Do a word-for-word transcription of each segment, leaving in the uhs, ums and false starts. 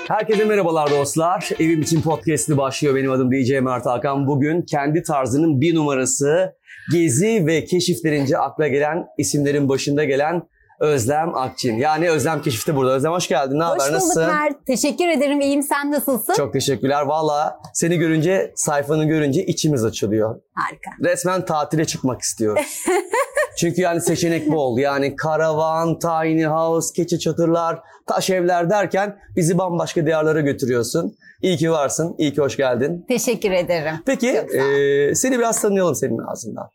Herkese merhabalar dostlar. Evim için podcast'i başlıyor. Benim adım D J Mert Hakan. Bugün kendi tarzının bir numarası, gezi ve keşiflerince akla gelen isimlerin başında gelen Özlem Akçin. Yani Özlem Keşif'te burada. Özlem hoş geldin. Ne haber? Hoş Nasılsın? bulduk Mert. Teşekkür ederim. İyiyim. Sen nasılsın? Çok teşekkürler. Valla seni görünce, sayfanı görünce içimiz açılıyor. Harika. Resmen tatile çıkmak istiyoruz. Çünkü yani seçenek bol. Yani karavan, tiny house, keçi çadırlar, taş evler derken bizi bambaşka diyarlara götürüyorsun. İyi ki varsın. İyi ki hoş geldin. Teşekkür ederim. Peki e, seni biraz tanıyalım senin ağzından.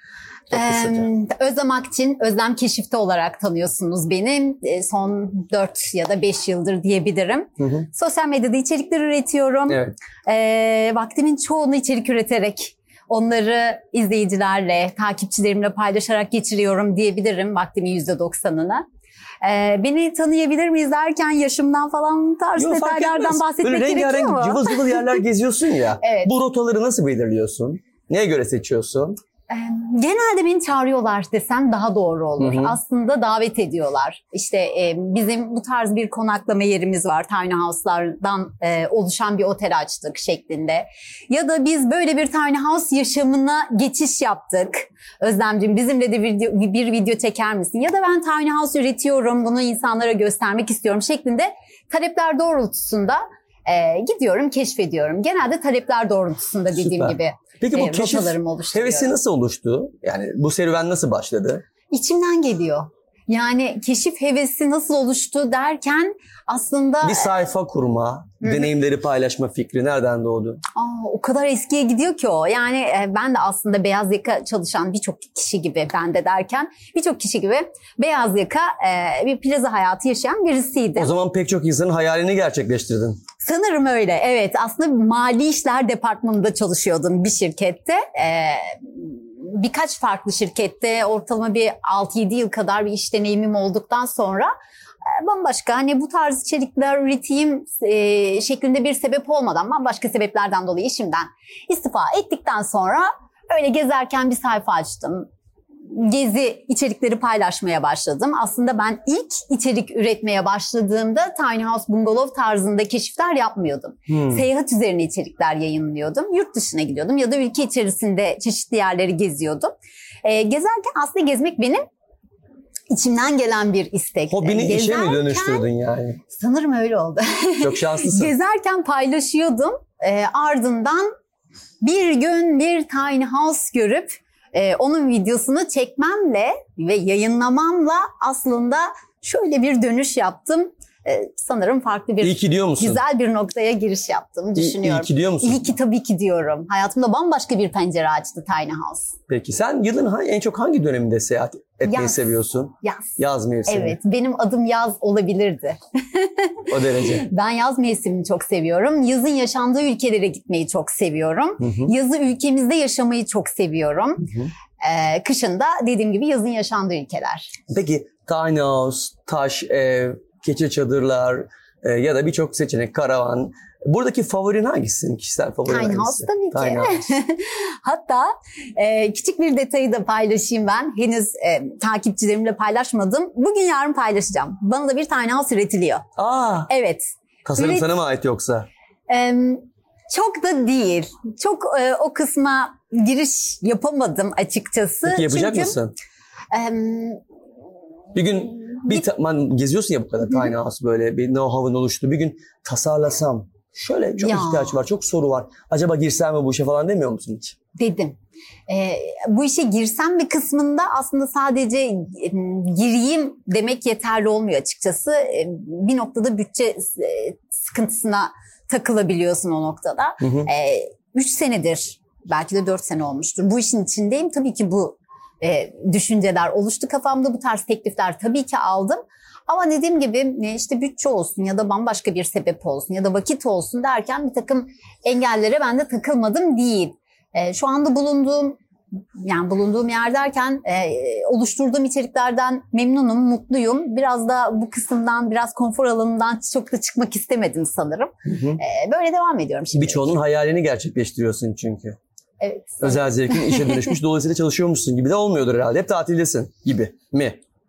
Ee, Özlem Akçin, Özlem Keşif'te olarak tanıyorsunuz beni. Son dört ya da beş yıldır diyebilirim. Hı hı. Sosyal medyada içerikler üretiyorum. Evet. Ee, vaktimin çoğunu içerik üreterek onları izleyicilerle, takipçilerimle paylaşarak geçiriyorum diyebilirim vaktimin yüzde doksanını. Ee, beni tanıyabilir miyiz derken yaşımdan falan tarz Yo, detaylardan bahsetmek Böyle gerekiyor rengarenk, mu? Böyle cıvıl cıvıl yerler geziyorsun ya. Evet. Bu rotaları nasıl belirliyorsun? Neye göre seçiyorsun? Genelde beni çağırıyorlar desem daha doğru olur. Hı hı. Aslında davet ediyorlar. İşte e, bizim bu tarz bir konaklama yerimiz var. Tiny house'lardan e, oluşan bir otel açtık şeklinde. Ya da biz böyle bir tiny house yaşamına geçiş yaptık. Özlemciğim bizimle de video, bir video çeker misin? Ya da ben tiny house üretiyorum, bunu insanlara göstermek istiyorum şeklinde talepler doğrultusunda e, gidiyorum, keşfediyorum. Genelde talepler doğrultusunda dediğim Süper. gibi. Peki bu e, keşif hevesi nasıl oluştu? Yani bu serüven nasıl başladı? İçimden geliyor. Yani keşif hevesi nasıl oluştu derken aslında... Bir sayfa kurma, Hı-hı. deneyimleri paylaşma fikri nereden doğdu? Aa, o kadar eskiye gidiyor ki o. Yani e, ben de aslında beyaz yaka çalışan birçok kişi gibi, ben de derken birçok kişi gibi beyaz yaka e, bir plaza hayatı yaşayan birisiydim. O zaman pek çok insanın hayalini gerçekleştirdin. Sanırım öyle, evet. Aslında mali işler departmanında çalışıyordum bir şirkette. Ee, birkaç farklı şirkette ortalama bir altı yedi yıl kadar bir iş deneyimim olduktan sonra e, bambaşka hani bu tarz içerikler üreteyim e, şeklinde bir sebep olmadan bambaşka sebeplerden dolayı işimden istifa ettikten sonra öyle gezerken bir sayfa açtım. Gezi içerikleri paylaşmaya başladım. Aslında ben ilk içerik üretmeye başladığımda tiny house bungalow tarzında keşifler yapmıyordum. Hmm. Seyahat üzerine içerikler yayınlıyordum. Yurt dışına gidiyordum ya da ülke içerisinde çeşitli yerleri geziyordum. Ee, gezerken aslında gezmek benim içimden gelen bir istek. Hobini Gezerken, işe mi dönüştürdün yani? Sanırım öyle oldu. Çok şanslısın. Gezerken paylaşıyordum. Ee, ardından bir gün bir tiny house görüp Ee, onun videosunu çekmemle ve yayınlamamla aslında şöyle bir dönüş yaptım. Ee, sanırım farklı bir, İyi ki diyor musun? Güzel bir noktaya giriş yaptım düşünüyorum. İyi, iyi ki diyor musun? İyi ki tabii ki diyorum. Hayatımda bambaşka bir pencere açtı Tiny House. Peki sen yılın en çok hangi döneminde seyahat etmeyi yaz. seviyorsun? Yaz. Yaz mevsimi. Evet, benim adım yaz olabilirdi. O derece. Ben yaz mevsimini çok seviyorum. Yazın yaşandığı ülkelere gitmeyi çok seviyorum. Hı hı. Yazı ülkemizde yaşamayı çok seviyorum. Hı hı. Ee, kışın da dediğim gibi yazın yaşandığı ülkeler. Peki tiny house, taş ev, keçi çadırlar e, ya da birçok seçenek, karavan. Buradaki favorin hangisi? Kişisel favorin Tiny hangisi? house tabii Tiny ki. house. Hatta e, küçük bir detayı da paylaşayım ben. Henüz e, takipçilerimle paylaşmadım. Bugün yarın paylaşacağım. Bana da bir tiny house üretiliyor. Aa. Evet. Tasarım Üret... sana mı ait yoksa? E, çok da değil. Çok e, o kısma giriş yapamadım açıkçası. Peki yapacak Çünkü, mısın? E, bir gün bir ta- man, geziyorsun ya bu kadar tiny house böyle bir know-how'ın oluştu. Bir gün tasarlasam şöyle çok ya. ihtiyaç var, çok soru var. Acaba girsem mi bu işe falan demiyor musun hiç? Dedim. Ee, bu işe girsem bir kısmında aslında sadece e, gireyim demek yeterli olmuyor açıkçası. E, bir noktada bütçe e, sıkıntısına takılabiliyorsun o noktada. Hı hı. E, üç senedir belki de dört sene olmuştur. Bu işin içindeyim. Tabii ki bu e, düşünceler oluştu kafamda. Bu tarz teklifler tabii ki aldım. Ama dediğim gibi işte bütçe olsun ya da bambaşka bir sebep olsun ya da vakit olsun derken bir takım engellere ben de takılmadım değil. E, şu anda bulunduğum yani bulunduğum yer derken e, oluşturduğum içeriklerden memnunum, mutluyum. Biraz da bu kısımdan, biraz konfor alanından çok da çıkmak istemedim sanırım. Hı hı. E, böyle devam ediyorum şimdi. Birçoğunun hayalini gerçekleştiriyorsun çünkü. Evet. Özel zevkin işe dönüşmüş. Dolayısıyla çalışıyormuşsun gibi de olmuyordur herhalde. Hep tatildesin gibi mi?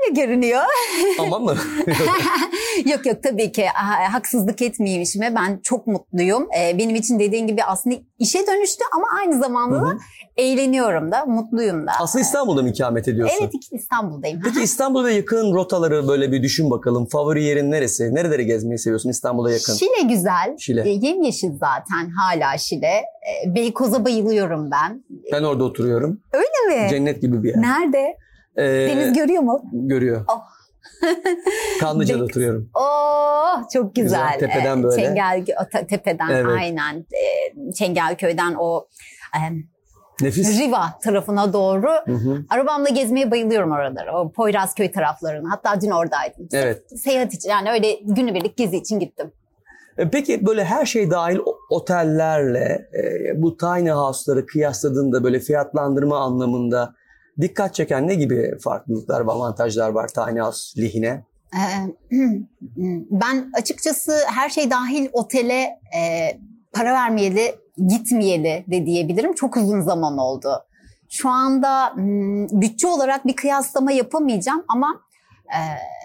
öyle görünüyor. Ama mı? Yok yok tabii ki ha, haksızlık etmeyeyim işime. Ben çok mutluyum. Ee, benim için dediğin gibi aslında işe dönüştü ama aynı zamanda da eğleniyorum da, mutluyum da. Aslında İstanbul'da mı ikamet ediyorsun? Evet, İstanbul'dayım. Peki İstanbul ve yakın rotaları böyle bir düşün bakalım. Favori yerin neresi? Nereleri gezmeyi seviyorsun İstanbul'a yakın? Şile güzel. Şile. E, yemyeşil zaten hala Şile. E, Beykoz'a bayılıyorum ben. Ben orada oturuyorum. Öyle mi? Cennet gibi bir yer. Nerede? Ee, Deniz görüyor mu? Görüyor. Oh. Kanlıca'da Bek- oturuyorum. Oh çok güzel. Güzel, tepeden E, böyle. Çengelkö o te- tepeden Evet. aynen. E, Çengelköy'den o e, Nefis. Riva tarafına doğru. Hı hı. Arabamla gezmeye bayılıyorum oraları. O Poyrazköy taraflarına. Hatta dün oradaydım. Evet. Seyahat için yani öyle günübirlik gezi için gittim. E, Peki böyle her şey dahil o- otellerle e, bu tiny house'ları kıyasladığında böyle fiyatlandırma anlamında dikkat çeken ne gibi farklılıklar ve avantajlar var tiny house lehine? Ee, Ben açıkçası her şey dahil otele e, para vermeyeli, gitmeyeli de diyebilirim. Çok uzun zaman oldu. Şu anda m, bütçe olarak bir kıyaslama yapamayacağım ama e,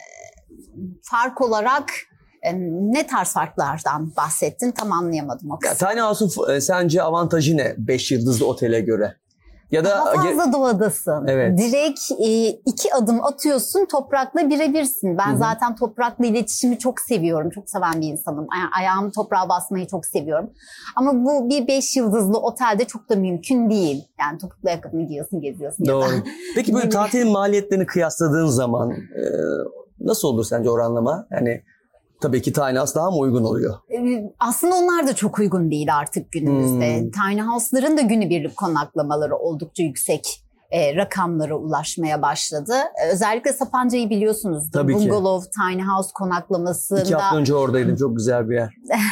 fark olarak e, ne tarz farklardan bahsettin tam anlayamadım o Ya, kısmı. tiny house'un e, sence avantajı ne beş yıldızlı otele göre? Ya da Daha fazla doğadasın. Evet. Direkt e, iki adım atıyorsun, toprakla birebirsin. Ben Hı hı. zaten toprakla iletişimi çok seviyorum. Çok seven bir insanım. Ay- ayağımı toprağa basmayı çok seviyorum. Ama bu bir beş yıldızlı otelde çok da mümkün değil. Yani topuklu ayakkabını giyiyorsun, geziyorsun. Ya da- Doğru. Peki böyle Gibi. tatilin maliyetlerini kıyasladığın zaman e, nasıl olur sence oranlama? Yani tabii ki tiny house daha mı uygun oluyor? Ee, Aslında onlar da çok uygun değil artık günümüzde. Hmm. Tiny house'ların da günübirlik konaklamaları oldukça yüksek e, rakamlara ulaşmaya başladı. E, özellikle Sapanca'yı biliyorsunuzdur. Tabii ki. Bungalow, tiny house konaklamasında İki hafta önce oradaydım. Çok güzel bir yer.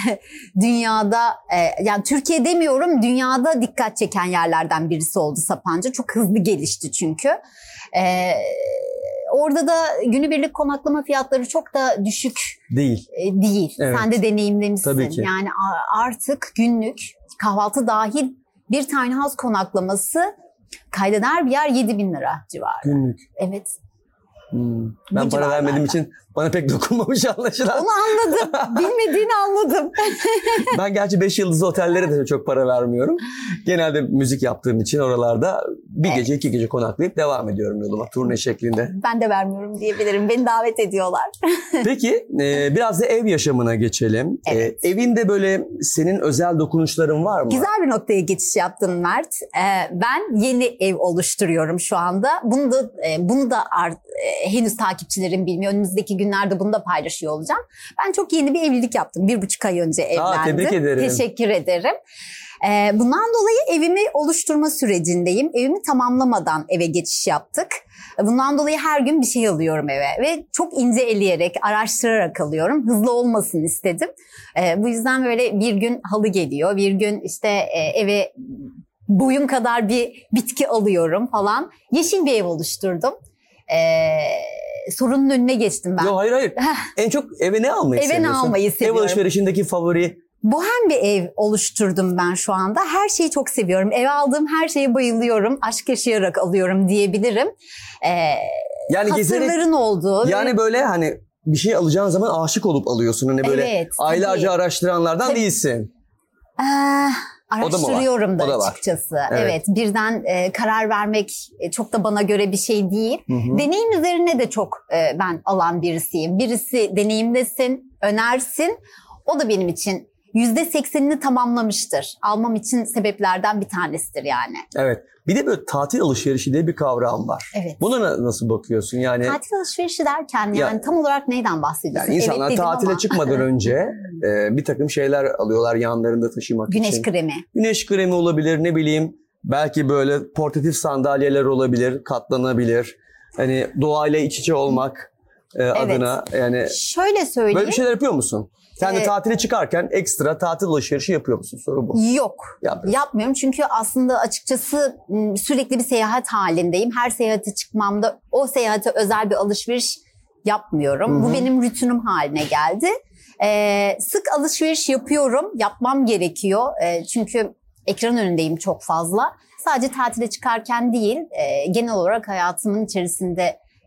dünyada e, yani Türkiye demiyorum, dünyada dikkat çeken yerlerden birisi oldu Sapanca. Çok hızlı gelişti çünkü. E, orada da günübirlik konaklama fiyatları çok da düşük Değil. e, değil. Evet. Sen de deneyimlemişsin. Tabii ki. Yani a- artık günlük kahvaltı dahil bir tiny house konaklaması kaydeder bir yer yedi bin lira civarı. Günlük. Evet. Hmm. Ben Bu para civarlarda. vermediğim için bana pek dokunmamış anlaşılan. Onu anladım. Bilmediğini anladım. Ben gerçi beş yıldızlı otellere de çok para vermiyorum. Genelde müzik yaptığım için oralarda bir Evet. gece iki gece konaklayıp devam ediyorum yoluma turne şeklinde. Ben de vermiyorum diyebilirim. Beni davet ediyorlar. Peki e, biraz da ev yaşamına geçelim. Evet. E, evinde böyle senin özel dokunuşların var mı? Güzel bir noktaya geçiş yaptın Mert. Ee, ben yeni ev oluşturuyorum şu anda. Bunu da e, bunu da art, e, henüz takipçilerim bilmiyor. Önümüzdeki günlerde bunu da paylaşıyor olacağım. Ben çok yeni bir evlilik yaptım. Bir buçuk ay önce evlendim. Aa, tebrik ederim. Teşekkür ederim. Ee, bundan dolayı evimi oluşturma sürecindeyim. Evimi tamamlamadan eve geçiş yaptık. Bundan dolayı her gün bir şey alıyorum eve ve çok ince eleyerek, araştırarak alıyorum. Hızlı olmasın istedim. Ee, bu yüzden böyle bir gün halı geliyor, bir gün işte e, eve boyum kadar bir bitki alıyorum falan. Yeşil bir ev oluşturdum. Ee, sorunun önüne geçtim ben. Yok hayır hayır. En çok eve ne almayı Eve ne seviyorsun? almayı seviyorum. Ev alışverişindeki favori. Bohem bir ev oluşturdum ben şu anda. Her şeyi çok seviyorum. Eve aldığım her şeye bayılıyorum. Aşk yaşayarak alıyorum diyebilirim. Ee, Yani gezerek hatırların olduğu. yani ve- böyle hani bir şey alacağın zaman aşık olup alıyorsun. Hani böyle Evet, aylarca tabii. araştıranlardan Tabii. değilsin. Ee, araştırıyorum da, O da var. açıkçası. Evet. Evet. birden e, karar vermek e, çok da bana göre bir şey değil. Hı hı. Deneyim üzerine de çok e, ben alan birisiyim. Birisi deneyimlesin, önersin. O da benim için yüzde seksenini tamamlamıştır. Almam için sebeplerden bir tanesidir yani. Evet. Bir de böyle tatil alışverişi diye bir kavram var. Evet. Buna na- nasıl bakıyorsun? Yani, Tatil alışverişi derken yani Ya- tam olarak neyden bahsediyorsun? yani insanlar dedim tatile ama çıkmadan önce e, bir takım şeyler alıyorlar yanlarında taşımak güneş için. kremi. Güneş kremi olabilir, ne bileyim. Belki böyle portatif sandalyeler olabilir, katlanabilir. Hani doğayla iç içe olmak e, adına yani Şöyle söyleyeyim. böyle bir şeyler yapıyor musun? Sen de Ee, tatile çıkarken ekstra tatil alışverişi yapıyor musun? Soru bu. Yok. Yapmıyorum. Yapmıyorum çünkü aslında açıkçası m, sürekli bir seyahat halindeyim. Her seyahate çıkmamda o seyahate özel bir alışveriş yapmıyorum. Hı hı. Bu benim rutinim haline geldi. Ee, sık alışveriş yapıyorum. Yapmam gerekiyor. Ee, çünkü ekran önündeyim çok fazla. Sadece tatile çıkarken değil, e, genel olarak hayatımın içerisinde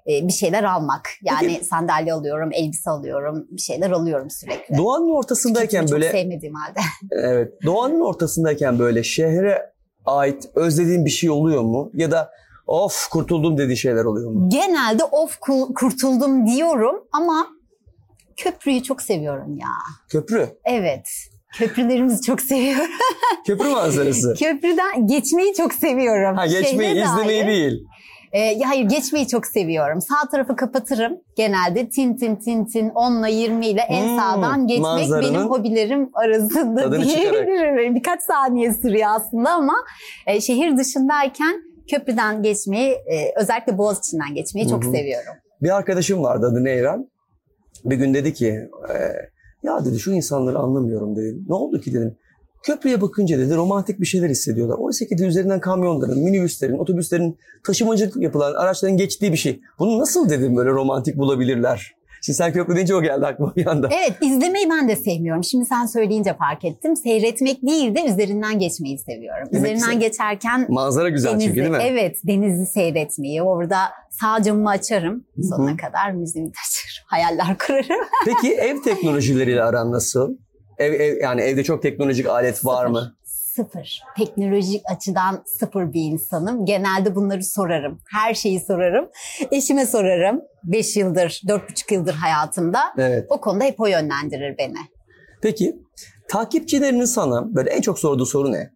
e, bir şeyler almak. Yani Peki. sandalye alıyorum, elbise alıyorum, bir şeyler alıyorum sürekli. Doğanın ortasındayken Çok böyle... Çok sevmediğim halde. Evet. Doğanın ortasındayken böyle şehre ait özlediğin bir şey oluyor mu? Ya da of kurtuldum dediği şeyler oluyor mu? Genelde of kurtuldum diyorum ama köprüyü çok seviyorum ya. Köprü? Evet. Köprülerimizi çok seviyorum. Köprü manzarası. Köprüden geçmeyi çok seviyorum. Ha geçmeyi, Şehre izlemeyi dair. Değil. Ee, hayır geçmeyi çok seviyorum. Sağ tarafı kapatırım. Genelde tin tin tin tin onla yirmi ile en hmm, sağdan geçmek benim hobilerim arasında diyebilirim. Birkaç saniye sürüyor aslında ama e, şehir dışındayken köprüden geçmeyi e, özellikle Boğaziçi'nden geçmeyi çok Hı-hı. seviyorum. Bir arkadaşım vardı adı Neyran. Bir gün dedi ki e, ya dedi şu insanları anlamıyorum dedi. Ne oldu ki dedim. Köprüye bakınca dedi romantik bir şeyler hissediyorlar. Oysa ki de üzerinden kamyonların, minibüslerin, otobüslerin, taşımacılık yapılan araçların geçtiği bir şey. Bunu nasıl dedim böyle romantik bulabilirler? Şimdi sen köprü deyince o geldi aklıma bir anda. Evet, izlemeyi ben de sevmiyorum. Şimdi sen söyleyince fark ettim. Seyretmek değil de üzerinden geçmeyi seviyorum. Demek üzerinden geçerken... Manzara güzel denizi, çünkü değil mi? Evet, denizi seyretmeyi. Orada sağ camımı açarım. Sonuna Hı-hı. kadar müziğimi açarım. Hayaller kurarım. Peki ev teknolojileriyle aran nasıl? Ev, ev, yani evde çok teknolojik alet sıfır, var mı? Sıfır. Teknolojik açıdan sıfır bir insanım. Genelde bunları sorarım. Her şeyi sorarım. Eşime sorarım. Beş yıldır, dört buçuk yıldır hayatımda. Evet. O konuda hep o yönlendirir beni. Peki takipçilerinin sana böyle en çok sorduğu soru ne?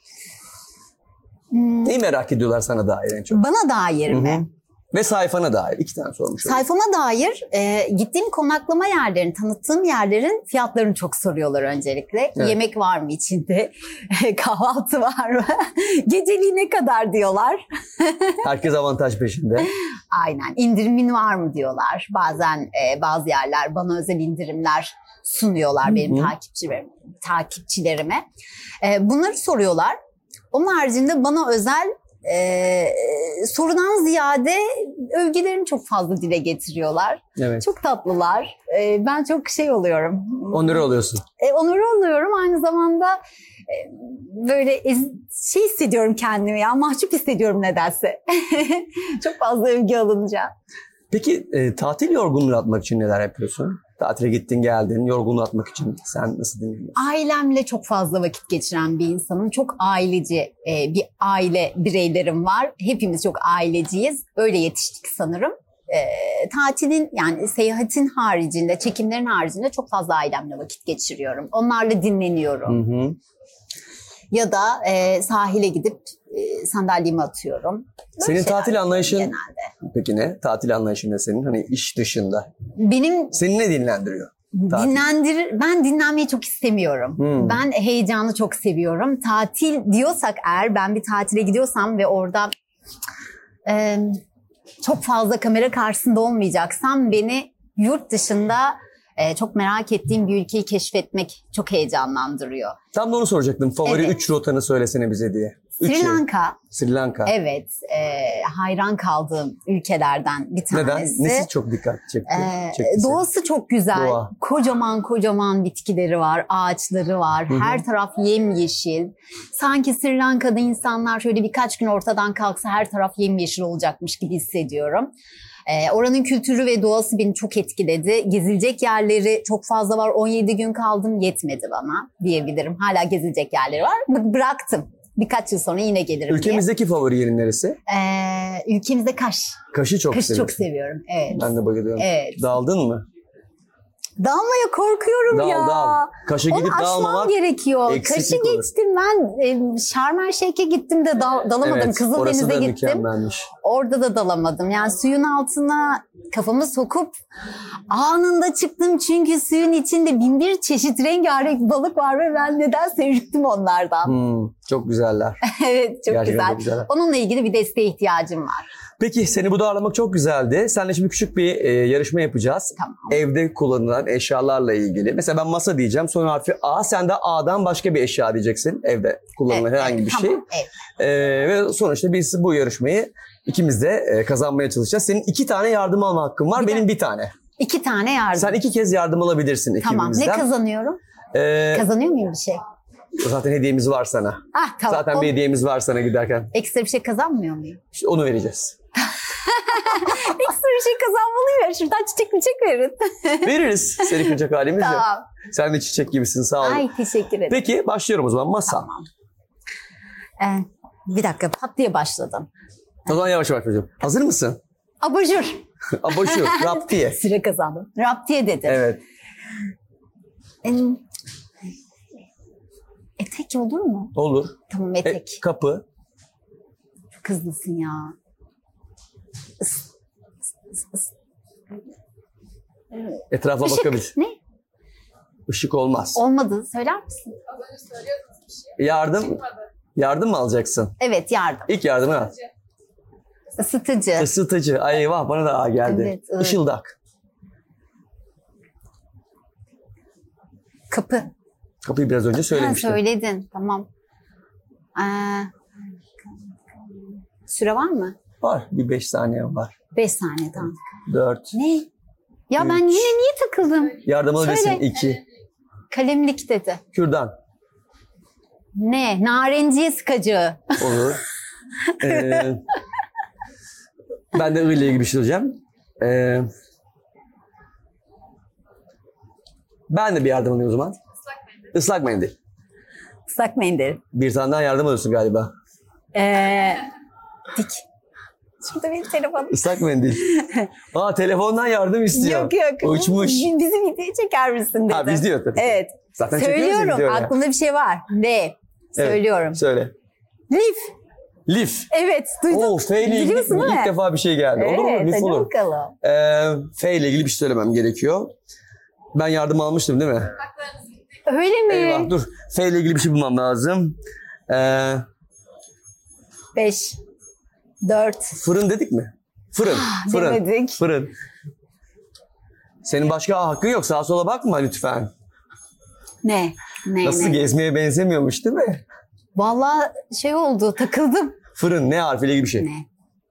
Hmm. Neyi merak ediyorlar sana dair en çok? Bana dair mi? Hı-hı. Ve sayfana dair iki tane sormuş. Sayfama dair e, gittiğim konaklama yerlerin, tanıttığım yerlerin fiyatlarını çok soruyorlar öncelikle. Evet. Yemek var mı içinde? Kahvaltı var mı? Geceliği ne kadar diyorlar. Herkes avantaj peşinde. Aynen. İndirimin var mı diyorlar. Bazen e, bazı yerler bana özel indirimler sunuyorlar Hı-hı. benim takipçilerim, takipçilerime. E, bunları soruyorlar. Onun haricinde bana özel Ee, sorudan ziyade övgülerini çok fazla dile getiriyorlar. Evet. Çok tatlılar. Ee, ben çok şey oluyorum. Onur oluyorsun. Ee, onur oluyorum. Aynı zamanda e, böyle ez- şey hissediyorum kendimi ya. Mahcup hissediyorum nedense. Çok fazla övgü alınca. Peki e, tatil yorgunluğu atmak için neler yapıyorsun? Tatile gittin geldin, yorgunluğu atmak için sen nasıl dinliyorsun? Ailemle çok fazla vakit geçiren bir insanım. Çok aileci e, bir aile bireylerim var. Hepimiz çok aileciyiz. Öyle yetiştik sanırım. E, tatilin yani seyahatin haricinde, çekimlerin haricinde çok fazla ailemle vakit geçiriyorum. Onlarla dinleniyorum. Hı hı. Ya da e, sahile gidip e, sandalyemi atıyorum. Böyle senin tatil anlayışın genelde. Peki ne? Tatil anlayışın ne senin? Hani iş dışında. Benim seni ne dinlendiriyor? Tatil. Dinlendirir. Ben dinlenmeyi çok istemiyorum. Hmm. Ben heyecanı çok seviyorum. Tatil diyorsak eğer ben bir tatile gidiyorsam ve orada e, çok fazla kamera karşısında olmayacaksam beni yurt dışında e, çok merak ettiğim bir ülkeyi keşfetmek çok heyecanlandırıyor. Tam da onu soracaktım. Favori üç evet. rotanı söylesene bize diye. Sri Lanka. Sri Lanka. Evet. E, hayran kaldığım ülkelerden bir tanesi. Neden? Nesi çok dikkat çekti? E, doğası çok güzel. Doğa. Kocaman kocaman bitkileri var, ağaçları var. Hı-hı. Her taraf yemyeşil. Sanki Sri Lanka'da insanlar şöyle birkaç gün ortadan kalksa her taraf yemyeşil olacakmış gibi hissediyorum. Ee, oranın kültürü ve doğası beni çok etkiledi. Gezilecek yerleri çok fazla var. on yedi gün kaldım, yetmedi bana diyebilirim. Hala gezilecek yerleri var. B- bıraktım. Birkaç yıl sonra yine gelirim Ülkemizdeki diye. favori yerin neresi? Ee, ülkemizde Kaş. Kaş'ı çok Kaş'ı seviyorum. çok seviyorum. Evet. Ben de bayılıyorum. Evet. Daldın mı? Dalmaya korkuyorum dal, ya. Dal. Kaş'a gidip dalmamak gerekiyor. Kaş'ı geçtim ben. E, Şarm El Şeyh'e gittim de dal, dalamadım. Evet, Kızıldeniz'e gittim. Mükemmelmiş. Orada da dalamadım. Yani suyun altına kafamı sokup anında çıktım. Çünkü suyun içinde bin bir çeşit rengarenk balık var ve ben nedense ürktüm onlardan. Hmm, çok güzeller. Evet çok güzel. güzeller. Onunla ilgili bir desteğe ihtiyacım var. Peki seni burada ağırlamak çok güzeldi. Seninle şimdi küçük bir e, yarışma yapacağız. Tamam. Evde kullanılan eşyalarla ilgili. Mesela ben masa diyeceğim. Son harfi A. Sen de A'dan başka bir eşya diyeceksin. Evde kullanılan evet, herhangi evet, bir tamam, şey. Evet. E, ve sonuçta biz bu yarışmayı ikimiz de e, kazanmaya çalışacağız. Senin iki tane yardım alma hakkın var. Bir benim de, bir tane. İki tane yardım. Sen iki kez yardım alabilirsin tamam. ikimizden. Tamam. Ne kazanıyorum? Ee, Kazanıyor muyum bir şey? Zaten hediyemiz var sana. Ah, tamam. Zaten o, bir hediyemiz var sana giderken. Ekstra bir şey kazanmıyor muyum? İşte onu vereceğiz. Ekstra bir şey kazanmalıyım ya. Şuradan çiçek mi çiçek verin. Veririz. Seni kıracak halimiz yok. Tamam. Sen de çiçek gibisin, sağ ol. Ay teşekkür ederim. Peki başlıyorum o zaman. Masa. Tamam. Ee, bir dakika pat diye başladım. O zaman yavaş yavaş başlıyorum. Hazır mısın? Abajur. Abajur, raptiye. Süre kazandım. Raptiye dedi. Evet. Ee, etek olur mu? Olur. Tamam E, etek. kapı. Çok hızlısın ya. Is, is, is. Etrafa Işık. bakabilir. Ne? Işık olmaz. Olmadı. Söyler misin? Yardım. Yardım mı alacaksın? Evet yardım. İlk yardımı al. Isıtıcı. Isıtıcı. Ay eyvah, bana da A geldi. Evet, evet. Işıldak. Kapı. Kapıyı biraz önce Ha, söylemiştim. söyledin. Tamam. Ee, süre var mı? Var. Bir beş saniye var. Beş saniye tamam. Dört. Ne? Ya ben Üç. yine niye takıldım? Yardım alabilirsin. Söyle. İki. Kalemlik dedi. Kürdan. Ne? Narenciye sıkacı. Olur. ee, ben de I ile ilgili bir şey söyleyeceğim. Ee, ben de bir yardım alayım o zaman. Islak mendil. Islak mendil. Bir tane daha yardım alıyorsun galiba. Ee, dik. Şurada benim telefonum. Islak mendil. Aa, telefondan yardım istiyor. Yok yok. Uçmuş. Bizi videoya çeker misin dedi. Ha, biz diyor tabii. Evet. Zaten çekiyoruz ya Söylüyorum. videoya. Aklımda bir şey var. Ne? Söylüyorum. Söyle. Lif. Lif. Evet. Duydun. Oo, F ile ilgili Biliyorsun değil mi? ilk defa bir şey geldi. Olur mu? Evet. Lif Hadi olur. bakalım. Ee, F ile ilgili bir şey söylemem gerekiyor. Ben yardım almıştım değil mi? Öyle mi? Eyvah, dur. F ile ilgili bir şey bulmam lazım. Ee, Beş. Dört. fırın dedik mi? Fırın. Fırın. Demedik. Fırın. Senin başka hakkın yok. Sağa sola bakma lütfen. Ne? Ne? Nasıl ne? gezmeye benzemiyormuş değil mi? Vallahi şey oldu. Takıldım. Fırın ne harfiyle ilgili bir şey? Ne?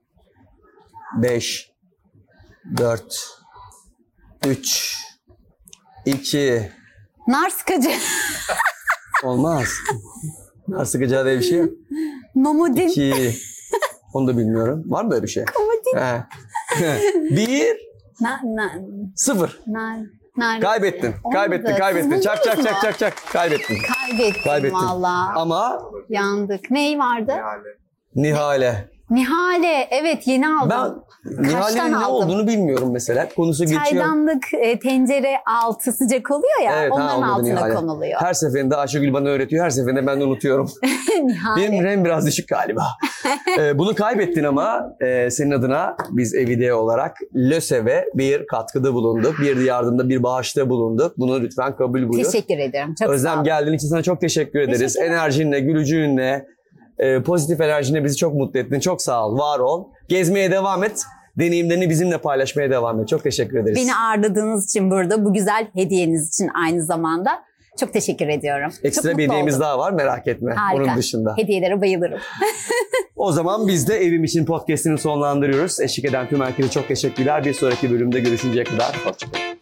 Beş. Dört. Üç. İki. Nar sıkacı. Olmaz. Nar sıkacağı diye bir şey yok. Nomodin. İki. Onu da bilmiyorum. Var mı böyle bir şey? Komodin. He. Bir. Na, na, Sıfır. nar, nar. Kaybettin. Olmadı. Kaybettin. Siz Kaybettin. buldunuz Çak çak mu? çak çak çak. Kaybettin. Kaybettim, Kaybettin. valla. Ama Yandık. Ney vardı? Nihale. Nihale. Evet yeni aldım. Ben Nihale'nin ne aldım? olduğunu bilmiyorum mesela. Konusu geçiyor. Çaydanlık e, tencere altı sıcak oluyor ya. Evet, ha, onların anladım, altına Nihale. konuluyor. Her seferinde Ayşegül bana öğretiyor. Her seferinde ben de unutuyorum. Nihale. Benim RAM biraz düşük galiba. ee, bunu kaybettin ama e, senin adına biz Evide olarak LÖSEV'e bir katkıda bulunduk. Bir yardımda, bir bağışta bulunduk. Bunu lütfen kabul buyur. Teşekkür ederim. Çok sağ Özlem, olun. geldiğin için sana çok teşekkür ederiz. Teşekkürler. Enerjinle, gülücüğünle, e, pozitif enerjinle bizi çok mutlu ettin. Çok sağ ol, var ol. Gezmeye devam et. Deneyimlerini bizimle paylaşmaya devam et. Çok teşekkür ederiz. Beni ağırladığınız için burada, bu güzel hediyeniz için aynı zamanda çok teşekkür ediyorum. Çok Ekstra mutlu bir hediyemiz oldum. daha var, merak etme. Harika. Onun dışında. Hediyelere bayılırım. O zaman biz de Evim için podcast'ini sonlandırıyoruz. Eşlik eden tüm herkese çok teşekkürler. Bir sonraki bölümde görüşünceye kadar hoşçakalın.